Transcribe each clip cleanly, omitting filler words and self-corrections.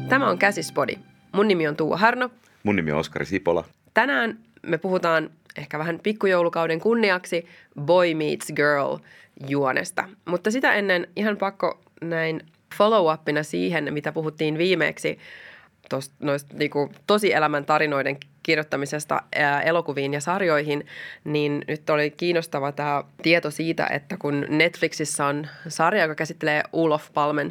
Tämä on Käsispodi. Mun nimi on Tuua Harno. Mun nimi on Oskari Sipola. Tänään me puhutaan ehkä vähän pikkujoulukauden kunniaksi Boy Meets Girl -juonesta. Mutta sitä ennen ihan pakko näin follow-upina siihen, mitä puhuttiin viimeksi noista niinku tosielämän tarinoiden kirjoittamisesta elokuviin ja sarjoihin, niin nyt oli kiinnostava tämä tieto siitä, että kun Netflixissä on sarja, joka käsittelee Olof Palmen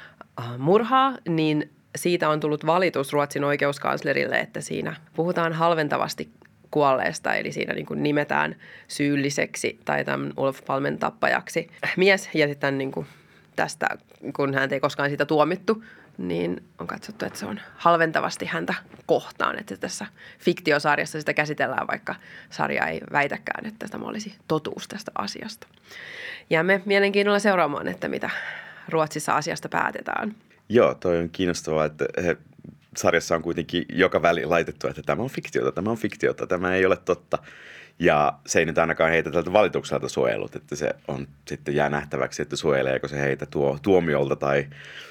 murhaa, niin siitä on tullut valitus Ruotsin oikeuskanslerille, että siinä puhutaan halventavasti kuolleesta, eli siinä niin kuin nimetään syylliseksi tai tämän Olof Palmen tappajaksi mies, ja sitten niin kuin tästä, kun hän ei koskaan siitä tuomittu, niin on katsottu, että se on halventavasti häntä kohtaan, että tässä fiktiosarjassa sitä käsitellään, vaikka sarja ei väitäkään, että tämä olisi totuus tästä asiasta. Jäämme mielenkiinnolla seuraamaan, että mitä Ruotsissa asiasta päätetään. Joo, toi on kiinnostavaa, että sarjassa on kuitenkin joka väli laitettu, että tämä on fiktiota, tämä ei ole totta. Ja se ei nyt ainakaan heitä tältä valitukselta suojellut, että se on sitten jää nähtäväksi, että suojeleeko se heitä tuomiolta tai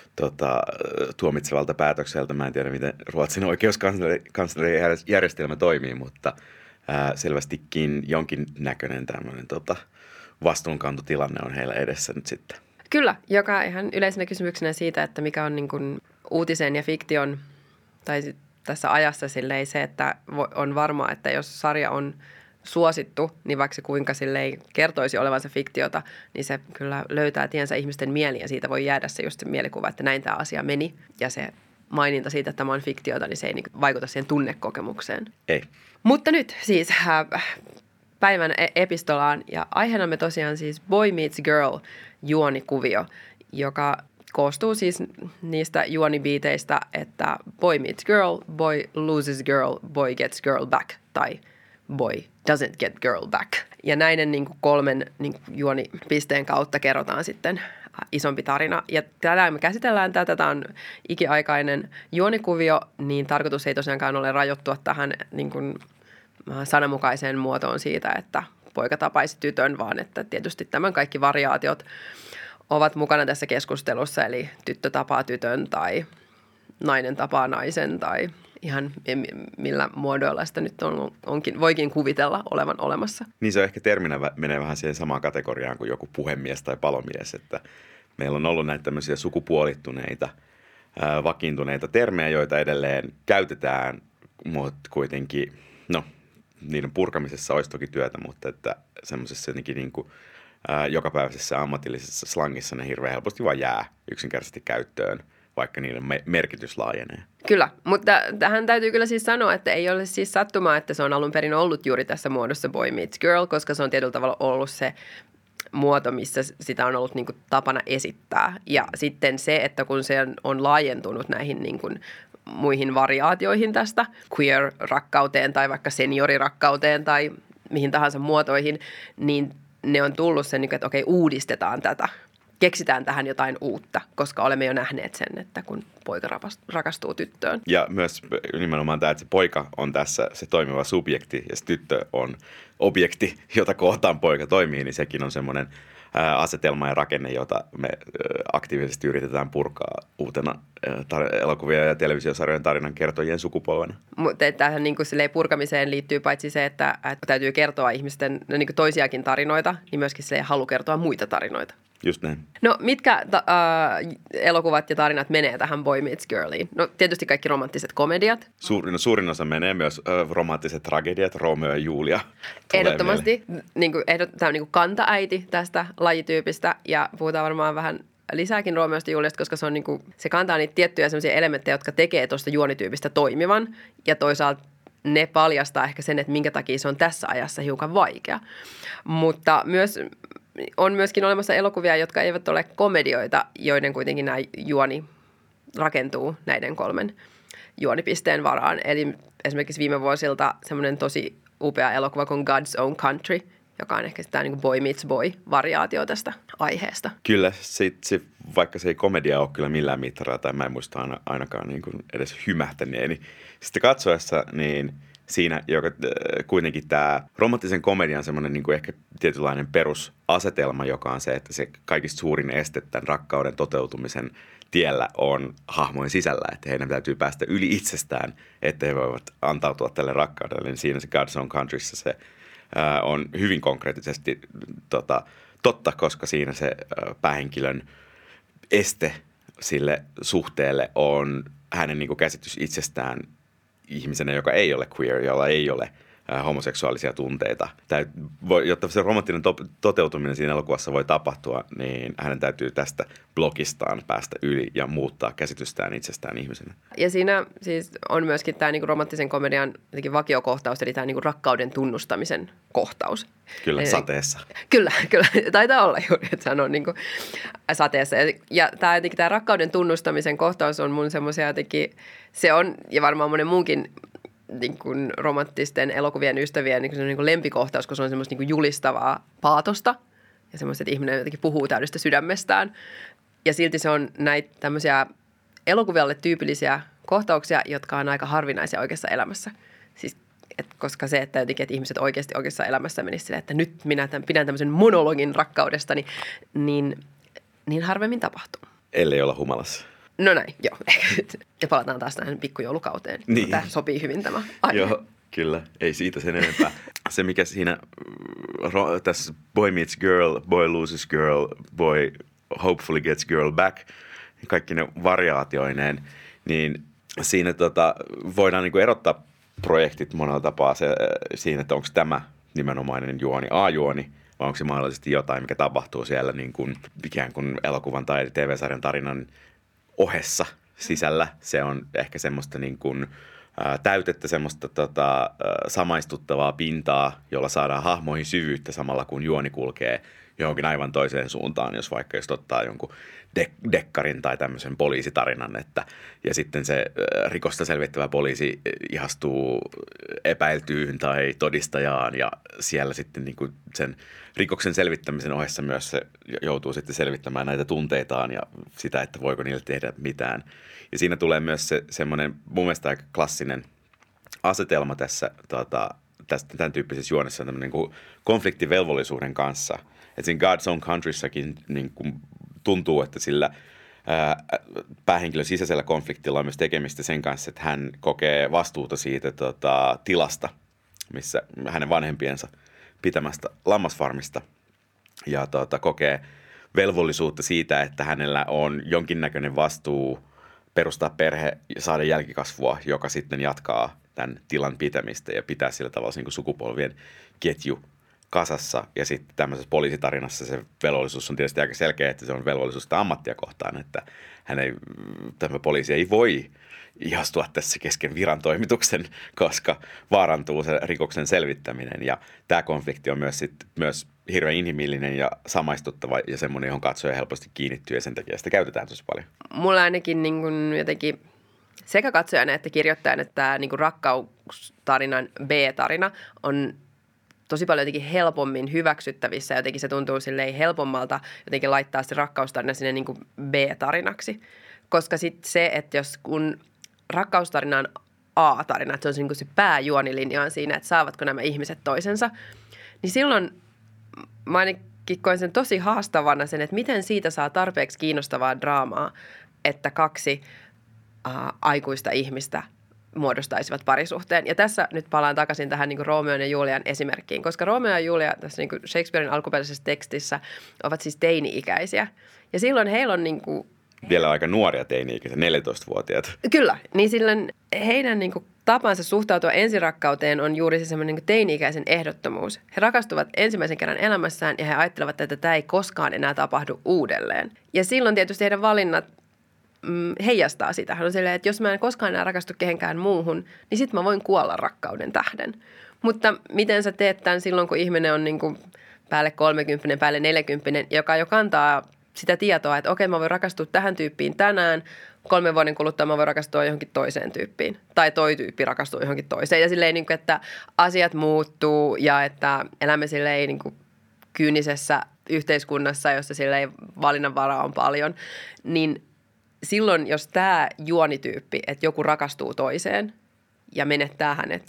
tuomitsevalta päätökseltä. Mä en tiedä, miten Ruotsin oikeuskanslerijärjestelmä toimii, mutta selvästikin jonkin näköinen tämmöinen vastuunkantotilanne on heillä edessä nyt sitten. Kyllä, joka ihan yleisenä kysymyksenä siitä, että mikä on niin kuin uutisen ja fiktion, tai tässä ajassa silleen se, että on varmaa, että jos sarja on suosittu, niin vaikka se kuinka silleen kertoisi olevansa fiktiota, niin se kyllä löytää tiensä ihmisten mieliin ja siitä voi jäädä se just se mielikuva, että näin tämä asia meni. Ja se maininta siitä, että tämä on fiktiota, niin se ei vaikuta siihen tunnekokemukseen. Ei. Mutta nyt siis päivän epistolaan ja aiheenamme tosiaan siis Boy Meets Girl -juonikuvio, joka koostuu siis niistä juonibiiteistä, että boy meets girl, boy loses girl, boy gets girl back tai boy doesn't get girl back. Ja näiden niin kuin kolmen niin kuin juonipisteen kautta kerrotaan sitten isompi tarina. Ja tänään me käsitellään tätä. Tämä on ikiaikainen juonikuvio, niin tarkoitus ei tosiaankaan ole rajoittua tähän niin kuin sananmukaiseen muotoon siitä, että poika tapaisi tytön, vaan että tietysti tämän kaikki variaatiot ovat mukana tässä keskustelussa, eli tyttö tapaa tytön tai nainen tapaa naisen tai ihan millä muodoilla sitä nyt voikin kuvitella olevan olemassa. Niin se on ehkä terminä menee vähän siihen samaan kategoriaan kuin joku puhemies tai palomies, että meillä on ollut näitä tämmöisiä sukupuolittuneita, vakiintuneita termejä, joita edelleen käytetään, mutta kuitenkin, niiden purkamisessa olisi toki työtä, mutta että semmoisessa jotenkin niin kuin jokapäiväisessä ammatillisessa slangissa ne hirveän helposti vaan jää yksinkertaisesti käyttöön, vaikka niiden merkitys laajenee. Kyllä, mutta tähän täytyy kyllä siis sanoa, että ei ole siis sattumaa, että se on alun perin ollut juuri tässä muodossa Boy Meets Girl, koska se on tietyllä tavalla ollut se muoto, missä sitä on ollut niin kuin tapana esittää. Ja sitten se, että kun se on laajentunut näihin niin kuin muihin variaatioihin tästä queer-rakkauteen tai vaikka seniorirakkauteen tai mihin tahansa muotoihin, niin ne on tullut sen, että okei, uudistetaan tätä. Keksitään tähän jotain uutta, koska olemme jo nähneet sen, että kun poika rakastuu tyttöön. Ja myös nimenomaan tämä, että se poika on tässä se toimiva subjekti ja se tyttö on objekti, jota kohtaan poika toimii, niin sekin on semmoinen asetelma ja rakenne, jota me aktiivisesti yritetään purkaa uutena elokuvia ja televisiosarjojen tarinan kertojien sukupolvena. Mutta tähän niin purkamiseen liittyy paitsi se, että täytyy kertoa ihmisten niin toisiakin tarinoita, niin myöskin se halu kertoa muita tarinoita. Just näin. No mitkä elokuvat ja tarinat menee tähän Boy Meets Girliin? No tietysti kaikki romanttiset komediat. Suurin osa menee myös romanttiset tragediat, Romeo ja Julia. Ehdottomasti. Tämä on niin kuin kantaäiti tästä lajityypistä ja puhutaan varmaan vähän lisääkin Romeosta ja Juliasta, koska se on niin kuin, se kantaa niitä tiettyjä sellaisia elementtejä, jotka tekee tuosta juonityypistä toimivan ja toisaalta ne paljastaa ehkä sen, että minkä takia se on tässä ajassa hiukan vaikea. Mutta on myöskin olemassa elokuvia, jotka eivät ole komedioita, joiden kuitenkin nämä juoni rakentuu näiden kolmen juonipisteen varaan. Eli esimerkiksi viime vuosilta semmoinen tosi upea elokuva kuin God's Own Country, joka on ehkä sitä niin kuin Boy Meets Boy-variaatio tästä aiheesta. Kyllä, vaikka se ei komedia ole kyllä millään mittarilla, tai mä en muista ainakaan niin kuin edes hymähtäneeni. Sitten katsoessa, niin siinä, joka kuitenkin tämä romanttisen komedian semmoinen niin kuin ehkä tietynlainen perusasetelma, joka on se, että se kaikista suurin este tämän rakkauden toteutumisen tiellä on hahmojen sisällä, että heidän täytyy päästä yli itsestään, että he voivat antautua tälle rakkaudelle. Niin siinä se God's Own Countryssa se on hyvin konkreettisesti totta, koska siinä se päähenkilön este sille suhteelle on hänen niin kuin käsitys itsestään ihmisenä, joka ei ole queer, jolla ei ole homoseksuaalisia tunteita. Jotta se romanttinen toteutuminen siinä elokuvassa voi tapahtua, niin hänen täytyy tästä blokistaan päästä yli ja muuttaa käsitystään itsestään ihmisenä. Ja siinä siis on myöskin tämä niinku romanttisen komedian vakiokohtaus, eli tämä niinku rakkauden tunnustamisen kohtaus. Kyllä, sateessa. Kyllä. Taitaa olla juuri, että se on niinku sateessa. Ja tämä rakkauden tunnustamisen kohtaus on mun semmoisia jotenkin, se on, ja varmaan monen muunkin niin kuin romanttisten elokuvien ystävien niin kuin lempikohtaus, koska se on semmoista niin kuin julistavaa paatosta ja semmoista, että ihminen jotenkin puhuu täydestä sydämestään. Ja silti se on näitä tämmöisiä elokuvialle tyypillisiä kohtauksia, jotka on aika harvinaisia oikeassa elämässä. Siis, koska se, että jotenkin että ihmiset oikeasti oikeassa elämässä menisivät silleen, että nyt minä pidän tämmöisen monologin rakkaudestani, niin harvemmin tapahtuu. Ellei olla humalassa. No näin, joo. Ja palataan taas tähän pikkujoulukauteen. Niin. Tämä sopii hyvin tämä aihe. Joo, kyllä. Ei siitä sen enempää. Se, mikä siinä tässä boy meets girl, boy loses girl, boy hopefully gets girl back, kaikki ne variaatioineen, niin siinä voidaan niin kuin erottaa projektit monella tapaa siinä, että onko tämä nimenomainen juoni A-juoni, vai onko se mahdollisesti jotain, mikä tapahtuu siellä niin kuin ikään kuin elokuvan tai TV-sarjan tarinan ohessa sisällä. Se on ehkä semmoista niin kuin täytettä, semmoista samaistuttavaa pintaa, jolla saadaan hahmoihin syvyyttä samalla kun juoni kulkee johonkin aivan toiseen suuntaan, jos ottaa jonkun dekkarin tai tämmöisen poliisitarinan, ja sitten se rikosta selvittävä poliisi ihastuu epäiltyyn tai todistajaan, ja siellä sitten niin kuin sen rikoksen selvittämisen ohessa myös se joutuu sitten selvittämään näitä tunteitaan ja sitä, että voiko niille tehdä mitään. Ja siinä tulee myös se semmoinen mun mielestä aika klassinen asetelma tässä tämän tyyppisessä juonessa tämmöinen niin kuin konfliktivelvollisuuden kanssa. Että siinä God's Own Countryssakin niin kuin tuntuu, että sillä päähenkilön sisäisellä konfliktilla on myös tekemistä sen kanssa, että hän kokee vastuuta siitä tilasta, missä hänen vanhempiensa pitämästä lammasfarmista ja kokee velvollisuutta siitä, että hänellä on jonkinnäköinen vastuu perustaa perhe ja saada jälkikasvua, joka sitten jatkaa tämän tilan pitämistä ja pitää sillä tavalla niin kuin sukupolvien ketju kasassa. Ja sitten tämmöisessä poliisitarinassa se velvollisuus on tietysti aika selkeä, että se on velvollisuus sitä ammattia kohtaan, että tämä poliisi ei voi ihastua tässä kesken virantoimituksen, koska vaarantuu se rikoksen selvittäminen. Ja tämä konflikti on myös hirveän inhimillinen ja samaistuttava ja semmoinen, johon katsoja helposti kiinnittyy ja sen takia sitä käytetään tosi paljon. Mulla ainakin niin kuin jotenkin sekä katsojana että kirjoittajana, että tämä niin kuin rakkaustarinan B-tarina on tosi paljon jotenkin helpommin hyväksyttävissä. Jotenkin se tuntuu silleen helpommalta jotenkin laittaa se rakkaustarina sinne niin kuin B-tarinaksi. Koska sitten se, että kun rakkaustarina on A-tarina, että se on niin kuin se pääjuonilinja on siinä, että saavatko nämä ihmiset toisensa, niin silloin mä ainakin koen sen tosi haastavana sen, että miten siitä saa tarpeeksi kiinnostavaa draamaa, että kaksi aikuista ihmistä muodostaisivat parisuhteen. Ja tässä nyt palaan takaisin tähän niin kuin Romeon ja Julian esimerkkiin, koska Romeo ja Julia tässä niin kuin Shakespearen alkuperäisessä tekstissä ovat siis teini-ikäisiä. Ja silloin heillä on niin kuin vielä aika nuoria teini-ikäisiä, 14-vuotiaat. Kyllä, niin silloin heidän niin kuin tapansa suhtautua ensirakkauteen on juuri se semmoinen niin kuin teini-ikäisen ehdottomuus. He rakastuvat ensimmäisen kerran elämässään ja he ajattelevat, että tämä ei koskaan enää tapahdu uudelleen. Ja silloin tietysti heidän valinnat heijastaa sitä. Hän on silleen, että jos mä en koskaan enää rakastu kehenkään muuhun, niin sit mä voin kuolla rakkauden tähden. Mutta miten sä teet tämän silloin, kun ihminen on niin kuin päälle 30, päälle 40, joka jo kantaa sitä tietoa, että okei, mä voin rakastua tähän tyyppiin tänään, 3 vuoden kuluttua mä voin rakastua johonkin toiseen tyyppiin. Tai toi tyyppi rakastuu johonkin toiseen. Ja silleen, niin kuin, että asiat muuttuu ja että elämme silleen niin kuin kyynisessä yhteiskunnassa, jossa silleen valinnanvaraa on paljon, niin silloin, jos tämä juonityyppi, että joku rakastuu toiseen ja menettää hänet ja sitten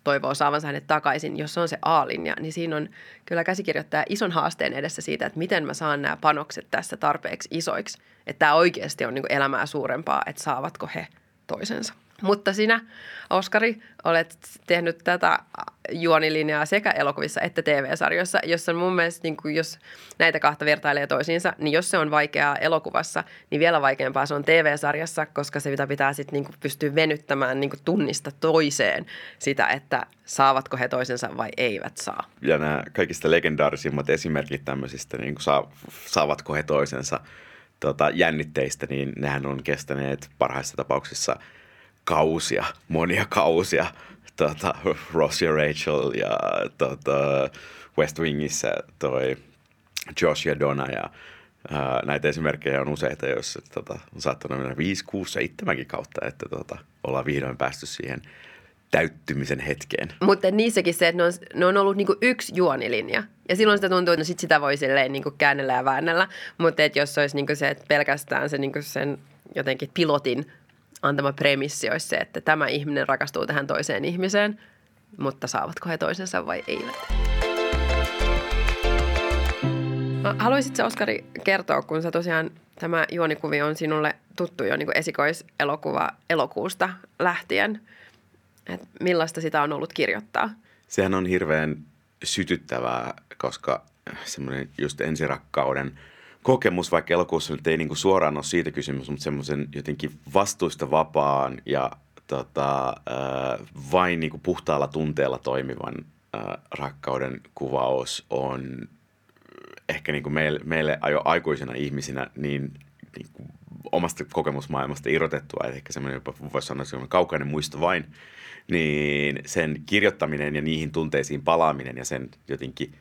toivoo saavansa hänet takaisin, jos se on se A-linja, niin siinä on kyllä käsikirjoittaja ison haasteen edessä siitä, että miten mä saan nämä panokset tässä tarpeeksi isoiksi, että tämä oikeasti on niin kuin elämää suurempaa, että saavatko he toisensa. Mutta sinä, Oskari, olet tehnyt tätä juonilinjaa sekä elokuvissa että TV-sarjoissa, jossa mun mielestä, niin kuin jos näitä kahta vertailee toisiinsa, niin jos se on vaikeaa elokuvassa, niin vielä vaikeampaa se on TV-sarjassa, koska se pitää sitten niin kuin pystyä venyttämään niin kuin tunnista toiseen sitä, että saavatko he toisensa vai eivät saa. Ja nämä kaikista legendaarisimmat esimerkit tämmöisistä, niin kuin saavatko he toisensa jännitteistä, niin nehän on kestäneet parhaissa tapauksissa monia kausia. Ross ja Rachel ja West Wingissä toi Josh ja Donna ja näitä esimerkkejä on useita, joissa on saattanut mennä 5, 6, 7 kautta, että ollaan vihdoin päästy siihen täyttymisen hetkeen. Mutta niissäkin se, että ne on ollut niinku yksi juonilinja. Ja silloin sitä tuntuu, että sitä voi silleen niinku käännellä ja väännellä. Mutta jos olisi niinku se, että pelkästään se, niinku sen jotenkin pilotin antama premissi olisi se, että tämä ihminen rakastuu tähän toiseen ihmiseen, mutta saavatko he toisensa vai eivät? Haluaisitko, Oskari, kertoa, kun sä tosiaan tämä juonikuvi on sinulle tuttu jo niin kuin esikoiselokuva elokuusta lähtien, että millaista sitä on ollut kirjoittaa? Sehän on hirveän sytyttävää, koska semmoinen just ensirakkauden kokemus, vaikka elokuussa nyt ei niin kuin suoraan ole siitä kysymys, mutta semmoisen jotenkin vastuista vapaan ja vain niin kuin puhtaalla tunteella toimivan rakkauden kuvaus on ehkä niin kuin meille aikuisena ihmisinä niin kuin omasta kokemusmaailmasta irrotettua, että ehkä semmoinen, jopa voisi sanoa semmoinen kaukainen muisto vain, niin sen kirjoittaminen ja niihin tunteisiin palaaminen ja sen jotenkin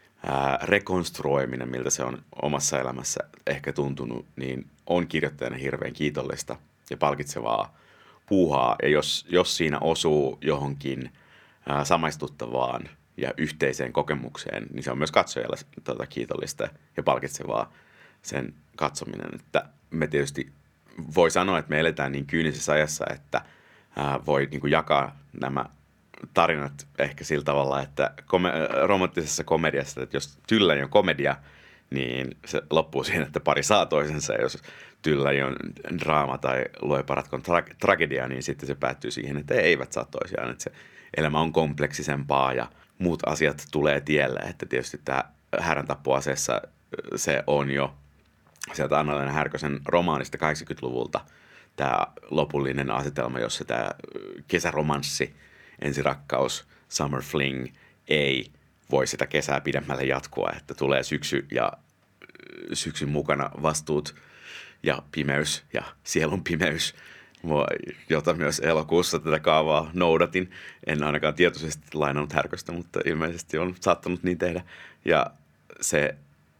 rekonstruoiminen, miltä se on omassa elämässä ehkä tuntunut, niin on kirjoittajana hirveän kiitollista ja palkitsevaa puuhaa. Ja jos siinä osuu johonkin samaistuttavaan ja yhteiseen kokemukseen, niin se on myös katsojalle kiitollista ja palkitsevaa sen katsominen. Että me tietysti voi sanoa, että me eletään niin kyynisessä ajassa, että voi niin kuin jakaa nämä tarinat ehkä sillä tavalla, että romanttisessa komediassa, että jos Tylläni on komedia, niin se loppuu siihen, että pari saa toisensa. Ja jos Tylläni on draama tai Lue paratkon tragedia, niin sitten se päättyy siihen, että eivät saa toisiaan. Että se elämä on kompleksisempaa ja muut asiat tulee tielle. Että tietysti tämä Häräntappua-aseessa se on jo sieltä Anna-Leena Härkösen romaanista 80-luvulta tämä lopullinen asetelma, jossa tämä kesäromanssi, ensirakkaus, summer fling ei voi sitä kesää pidemmälle jatkua, että tulee syksy ja syksyn mukana vastuut ja pimeys ja sielun pimeys, jota myös elokuussa tätä kaavaa noudatin. En ainakaan tietoisesti lainannut Härköstä, mutta ilmeisesti on saattanut niin tehdä. Ja se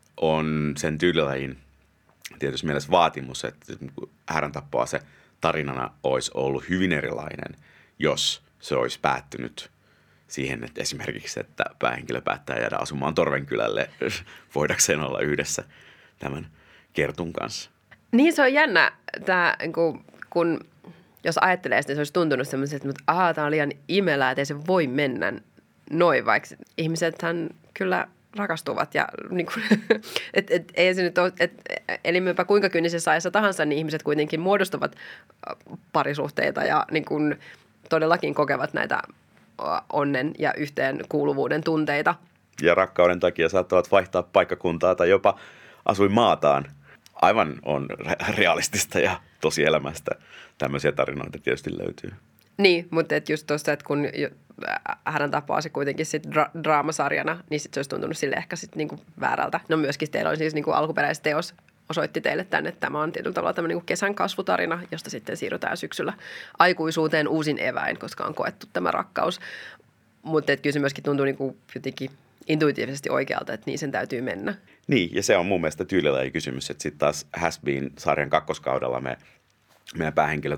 on sen Tyylilajin tietysti mielessä vaatimus, että Häräntappua se tarinana olisi ollut hyvin erilainen, jos se olisi päättynyt siihen, että esimerkiksi, että päähenkilö päättää jäädä asumaan Torvenkylälle voidakseen olla yhdessä tämän Kertun kanssa. Niin se on jännä, tämä, kun jos ajattelee sitä, se olisi tuntunut semmoiselta, että tämä on liian imelää, että ei se voi mennä noin, vaikka ihmisethän kyllä rakastuvat ja niin kuin, ei se nyt ole, elimmepä kuinka kyynisessä ajassa tahansa, niin ihmiset kuitenkin muodostavat parisuhteita ja niin kuin todellakin kokevat näitä onnen ja yhteenkuuluvuuden tunteita. Ja rakkauden takia saattavat vaihtaa paikkakuntaa tai jopa asuinmaataan. Aivan on realistista ja tosielämästä tämmöisiä tarinoita tietysti löytyy. Niin, mutta et just tuossa, että kun Häräntappua se kuitenkin sitten draamasarjana, niin sitten se olisi tuntunut sille ehkä sitten niinku väärältä. No myöskin teillä on siis niinku alkuperäisteos osoitti teille tämän, että tämä on tietyllä tavalla tämmöinen niinku kesän kasvutarina, josta sitten siirrytään syksyllä aikuisuuteen uusin eväin, koska on koettu tämä rakkaus. Mutta kyllä se myöskin tuntuu niinku jotenkin intuitiivisesti oikealta, että niin sen täytyy mennä. Niin, ja se on mun mielestä Tyylilaji kysymys, että sitten taas Has Been-sarjan kakkoskaudella meidän päähenkilö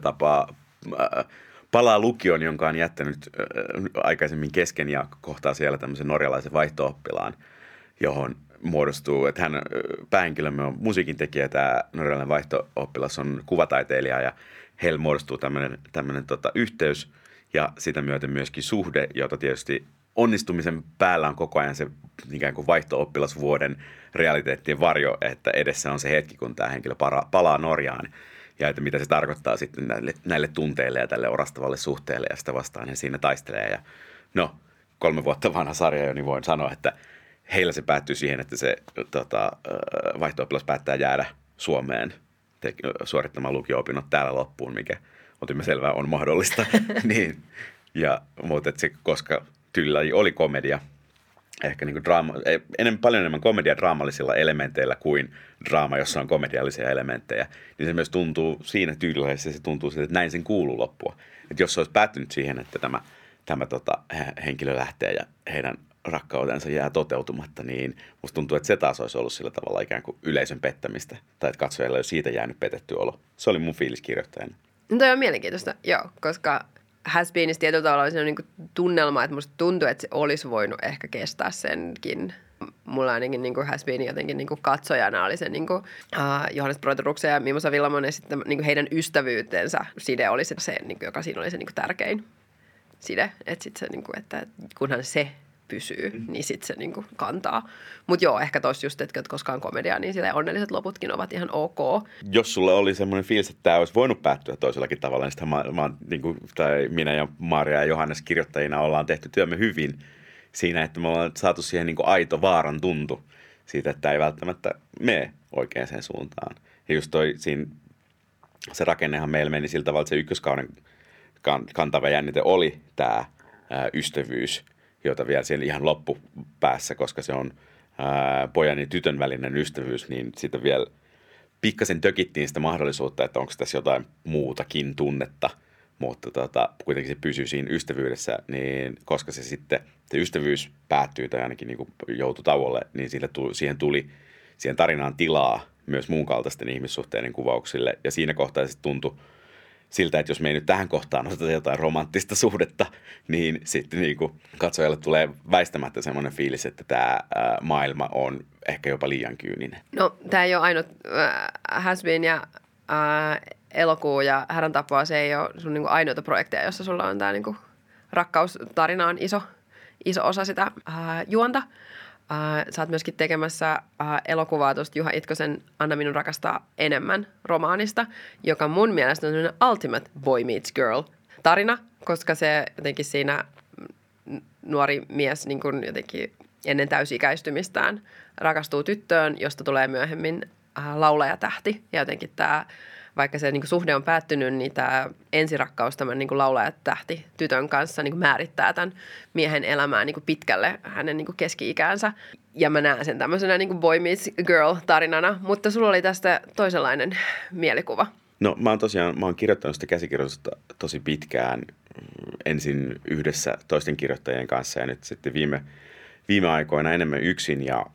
palaa lukioon, jonka on jättänyt aikaisemmin kesken ja kohtaa siellä tämmöisen norjalaisen vaihto-oppilaan, johon muodostuu, että hän päähenkilömme on musiikintekijä, tämä norjalainen vaihto-oppilas on kuvataiteilija ja heillä muodostuu tämmöinen yhteys ja sitä myöten myöskin suhde, jota tietysti onnistumisen päällä on koko ajan se ikään kuin vaihto-oppilasvuoden realiteettien varjo, että edessä on se hetki, kun tämä henkilö palaa Norjaan ja että mitä se tarkoittaa sitten näille tunteille ja tälle orastavalle suhteelle ja sitä vastaan he siinä taistelee. Ja no, 3 vuotta vanha sarja jo, niin voin sanoa, että heillä se päättyy siihen, että se vaihto-oppilas päättää jäädä Suomeen suorittamaan lukio-opinnot täällä loppuun, mikä otimme selvää on mahdollista. Niin, ja, mutta se, koska tyylilaji oli komedia, ehkä niin kuin paljon enemmän komedia draamallisilla elementeillä kuin draama, jossa on komediallisia elementtejä, niin se myös tuntuu siinä tyylilajissa, se tuntuu siltä, että näin sen kuuluu loppua. Että jos se olisi päättynyt siihen, että tämä henkilö lähtee ja heidän rakkautensa jää toteutumatta, niin musta tuntuu, että se taas olisi ollut sillä tavalla ikään kuin yleisön pettämistä, tai että katsojalla ei ole siitä jäänyt petetty olo. Se oli mun fiilis kirjoittajana. No toi on mielenkiintoista, joo, koska Has Beenissa tietyllä tavalla oli niin kuin tunnelma, että musta tuntuu, että se olisi voinut ehkä kestää senkin. Mulla ainakin niin kuin Has Been jotenkin niin kuin katsojana oli se niin kuin, Johannes Broderuksen ja Mimosa Villamonen sitten niin kuin heidän ystävyytensä side oli se niin kuin, joka siinä oli se niin kuin tärkein side. Että sit se, niin kuin, että kunhan se pysyy, niin sitten se niin kuin kantaa. Mutta joo, ehkä tossa just, että koskaan komedia, niin sille onnelliset loputkin ovat ihan ok. Jos sulla oli semmoinen fiilis, että tämä olisi voinut päättyä toisellakin tavalla, niin niin kuin, tai minä ja Maria ja Johannes kirjoittajina ollaan tehty työmme hyvin siinä, että me ollaan saatu siihen niin kuin aito vaaran tuntu siitä, että tämä ei välttämättä mene oikeaan sen suuntaan. Ja just se rakennehan meillä meni sillä tavalla, että se ykköskauden kantava jännite oli tämä ystävyys, jota vielä siellä ihan loppupäässä, koska se on pojan ja tytön välinen ystävyys, niin sitä vielä pikkasen tökittiin sitä mahdollisuutta, että onko tässä jotain muutakin tunnetta, mutta kuitenkin se pysyy siinä ystävyydessä, niin koska se ystävyys päättyy tai ainakin niin kuin joutui tauolle, niin siihen tarinaan tilaa myös muun kaltaisten ihmissuhteiden kuvauksille, ja siinä kohtaa se tuntui siltä, että jos me ei nyt tähän kohtaan oteta jotain romanttista suhdetta, niin sitten niin kuin katsojalle tulee väistämättä semmoinen fiilis, että tämä maailma on ehkä jopa liian kyyninen. No, tämä ei ole ainut Has Been ja elokuu ja Härän tapoa, se ei ole sun niin kuin ainoita projekteja, jossa sulla on tämä niin kuin rakkaustarina on iso osa sitä juonta. Sä oot myöskin tekemässä elokuvaa tuosta Juha Itkosen Anna minun rakastaa enemmän -romaanista, joka mun mielestä on sellainen ultimate boy meets girl -tarina, koska se jotenkin siinä nuori mies niin kun jotenkin ennen täysikäistymistään rakastuu tyttöön, josta tulee myöhemmin laulajatähti. Ja jotenkin tämä, vaikka se niin kuin suhde on päättynyt, niin tämä ensirakkaus tämän niin kuin laulajatähti tytön kanssa niin kuin määrittää tämän miehen elämää niin kuin pitkälle hänen niin kuin keski-ikäänsä. Ja mä näen sen tämmöisenä niin kuin boy meets girl -tarinana, mutta sulla oli tästä toisenlainen mielikuva. No mä oon kirjoittanut sitä käsikirjoitusta tosi pitkään, ensin yhdessä toisten kirjoittajien kanssa ja nyt sitten viime aikoina enemmän yksin ja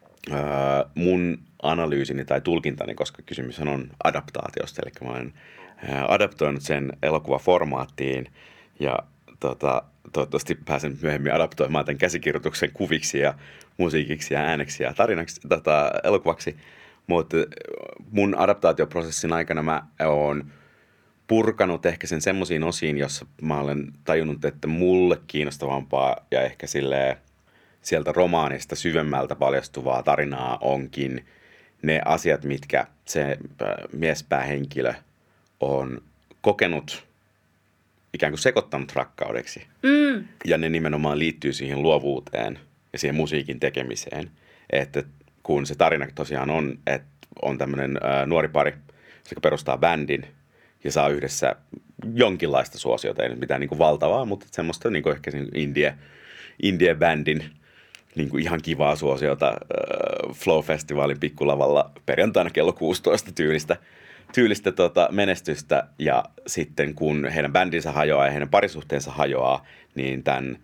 mun analyysini tai tulkintani, koska kysymys on adaptaatiosta, eli mä olen adaptoinut sen elokuvaformaattiin ja toivottavasti pääsen myöhemmin adaptoimaan tämän käsikirjoituksen kuviksi ja musiikiksi ja ääneksi ja tarinaksi, elokuvaksi, mutta mun adaptaatioprosessin aikana mä oon purkanut ehkä sen semmoisiin osiin, jossa mä olen tajunnut, että mulle kiinnostavampaa ja ehkä sieltä romaanista syvemmältä paljastuvaa tarinaa onkin ne asiat, mitkä se miespäähenkilö on kokenut, ikään kuin sekoittanut rakkaudeksi. Mm. Ja ne nimenomaan liittyy siihen luovuuteen ja siihen musiikin tekemiseen. Että kun se tarina tosiaan on, että on tämmöinen nuori pari, joka perustaa bändin ja saa yhdessä jonkinlaista suosiota, ei nyt mitään niin kuin valtavaa, mutta semmoista niin kuin ehkä indie-bändin niin kuin ihan kivaa suosiota Flow-festivaalin pikkulavalla perjantaina kello 16 tyylistä menestystä. Ja sitten kun heidän bändinsä hajoaa ja heidän parisuhteensa hajoaa, niin tämän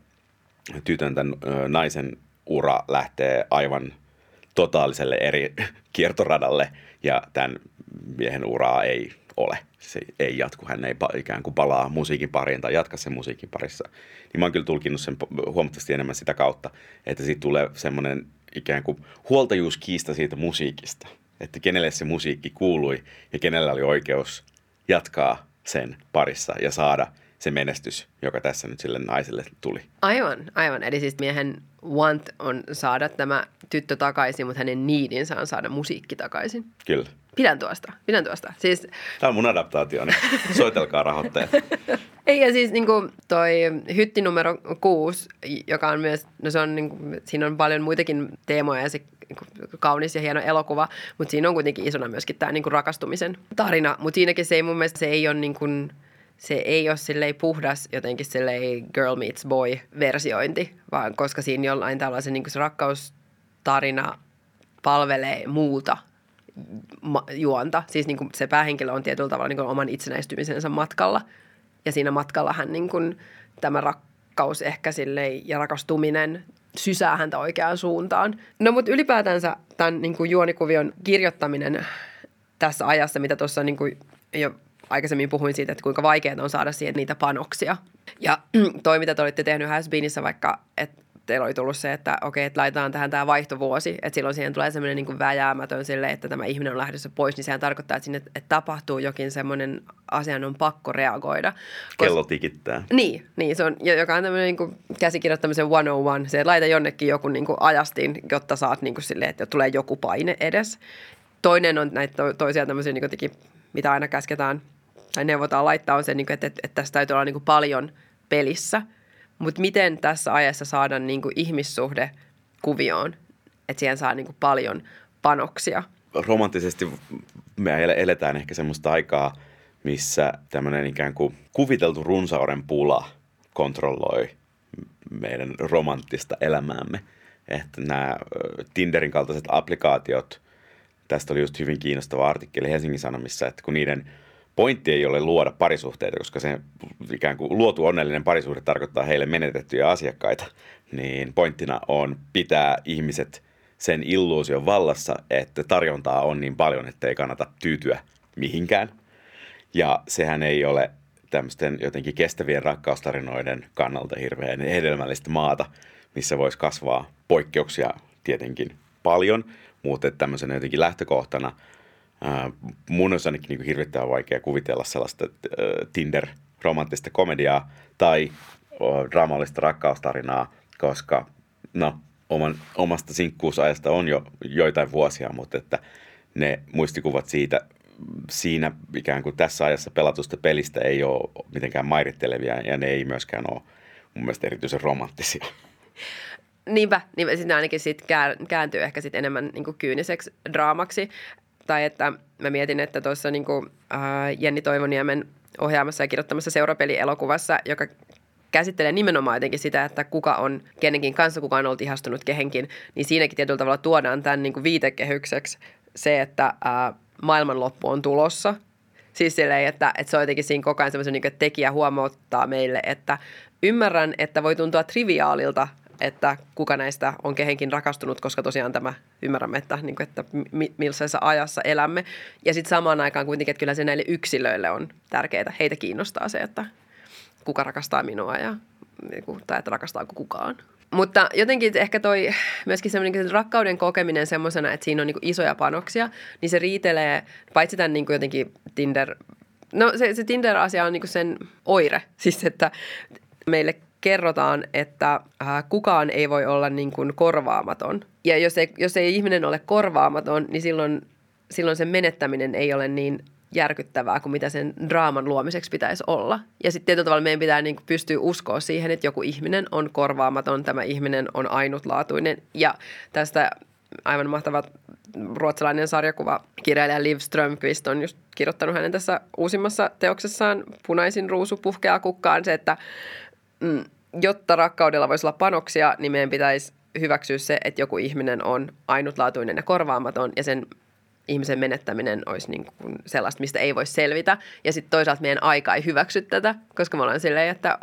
naisen ura lähtee aivan totaaliselle eri kiertoradalle ja tämän miehen uraa ei ole. Se ei jatku, hän ei ikään kuin palaa musiikin pariin tai jatka sen musiikin parissa. Niin mä oon kyllä tulkinnut sen huomattavasti enemmän sitä kautta, että siitä tulee semmoinen ikään kuin huoltajuuskiista siitä musiikista. Että kenelle se musiikki kuului ja kenellä oli oikeus jatkaa sen parissa ja saada se menestys, joka tässä nyt sille naiselle tuli. Aivan. Eli siis miehen want on saada tämä tyttö takaisin, mutta hänen needinsä on saada musiikki takaisin. Kyllä. Pidän tuosta. Siis... Tämä on mun adaptaationi. Soitelkaa rahoittajat. Ei, ja siis niinku toi hytti numero 6, joka on myös, no se on niinku, siinä on paljon muitakin teemoja ja se kaunis ja hieno elokuva, mutta siinä on kuitenkin isona myöskin tämä niinku rakastumisen tarina. Mutta siinäkin se ei mun mielestä, se ei ole niinku, se ei ole silleen puhdas jotenkin silleen girl meets boy versiointi, vaan koska siinä jollain tällaisen niinku se rakkaustarina palvelee muuta juonta. Siis niin kuin se päähenkilö on tietyllä tavalla niin kuin oman itsenäistymisensä matkalla. Ja siinä matkalla hän niin kuin, tämä rakkaus ehkä silleen, ja rakastuminen sysää häntä oikeaan suuntaan. No mutta ylipäätänsä tämän niin kuin juonikuvion kirjoittaminen tässä ajassa, mitä tuossa niin kuin jo aikaisemmin puhuin siitä, että kuinka vaikeaa on saada siihen niitä panoksia. Ja toi, mitä te olitte tehnyt Has Beenissä vaikka, että teillä oli tullut se, että okei, että laitetaan tähän tämä vaihtovuosi, että silloin siihen tulee semmoinen niin kuin vääjäämätön silleen, että tämä ihminen on lähdössä pois, niin sehän tarkoittaa, että sinne että tapahtuu jokin semmoinen asian on pakko reagoida. Kello tikittää. Niin, se on, joka on tämmöinen niin kuin käsikirjoittamisen 101, se, että laita jonnekin joku niin kuin ajastin, jotta saat niin kuin silleen, että tulee joku paine edes. Toinen on näitä toisia tämmöisiä, niin kuin mitä aina käsketään tai neuvotaan laittaa, on se, niin kuin, että tässä täytyy olla niin kuin paljon pelissä. Mutta miten tässä ajassa saada niinku ihmissuhde kuvioon, että siihen saa niinku paljon panoksia? Romanttisesti me eletään ehkä semmoista aikaa, missä tämmöinen ikään kuin kuviteltu runsauden pula kontrolloi meidän romanttista elämäämme. Että nämä Tinderin kaltaiset applikaatiot, tästä oli just hyvin kiinnostava artikkeli Helsingin Sanomissa, että kun niiden pointti ei ole luoda parisuhteita, koska se ikään kuin luotu onnellinen parisuhde tarkoittaa heille menetettyjä asiakkaita, niin pointtina on pitää ihmiset sen illuusion vallassa, että tarjontaa on niin paljon, että ei kannata tyytyä mihinkään. Ja sehän ei ole tämmöisten jotenkin kestävien rakkaustarinoiden kannalta hirveän hedelmällistä maata, missä voisi kasvaa poikkeuksia tietenkin paljon, mutta tämmöisenä jotenkin lähtökohtana mun olisi ainakin niin hirvittävän vaikea kuvitella sellaista Tinder-romanttista komediaa tai draamallista rakkaustarinaa, koska omasta sinkkuusajasta on jo joitain vuosia, mutta että ne muistikuvat siinä ikään kuin tässä ajassa pelatusta pelistä ei ole mitenkään mairittelevia ja ne ei myöskään ole mun mielestä erityisen romanttisia. Niinpä. Sitten ainakin sit kääntyy ehkä sit enemmän niin kuin kyyniseksi draamaksi. Tai että mä mietin, että tuossa niin kuin, Jenni Toivoniemen ohjaamassa ja kirjoittamassa seurapelielokuvassa, joka käsittelee nimenomaan jotenkin sitä, että kuka on kenenkin kanssa, kuka on ollut ihastunut kehenkin, niin siinäkin tietyllä tavalla tuodaan tämän niin kuin viitekehykseksi se, että maailmanloppu on tulossa. Siis silleen, että se on jotenkin siinä koko ajan semmoisen, niin kuin, että tekijä huomauttaa meille, että ymmärrän, että voi tuntua triviaalilta, että kuka näistä on kehenkin rakastunut, koska tosiaan tämä ymmärrämme, että millaisessa ajassa elämme. Ja sitten samaan aikaan kuitenkin, että kyllä se näille yksilöille on tärkeää. Heitä kiinnostaa se, että kuka rakastaa minua tai että rakastaako kukaan. Mutta jotenkin ehkä toi myöskin semmoinen rakkauden kokeminen semmoisena, että siinä on niinku isoja panoksia, niin se riitelee paitsi tämän niinku jotenkin Tinder. No se Tinder-asia on niinku sen oire, siis että meille kerrotaan, että kukaan ei voi olla niin kuin korvaamaton. Ja jos ei ihminen ole korvaamaton, niin silloin sen menettäminen ei ole niin järkyttävää kuin mitä sen draaman luomiseksi pitäisi olla. Ja sitten tietyllä tavalla meidän pitää niin kuin pystyä uskoa siihen, että joku ihminen on korvaamaton, tämä ihminen on ainutlaatuinen. Ja tästä aivan mahtava ruotsalainen sarjakuvakirjailija Liv Strömquist on just kirjoittanut hänen tässä uusimmassa teoksessaan Punaisin ruusu puhkeaa kukkaan se, että jotta rakkaudella voisi olla panoksia, niin meidän pitäisi hyväksyä se, että joku ihminen on ainutlaatuinen ja korvaamaton ja sen ihmisen menettäminen olisi niin kuin sellaista, mistä ei voi selvitä. Ja sitten toisaalta meidän aika ei hyväksy tätä, koska me ollaan silleen, että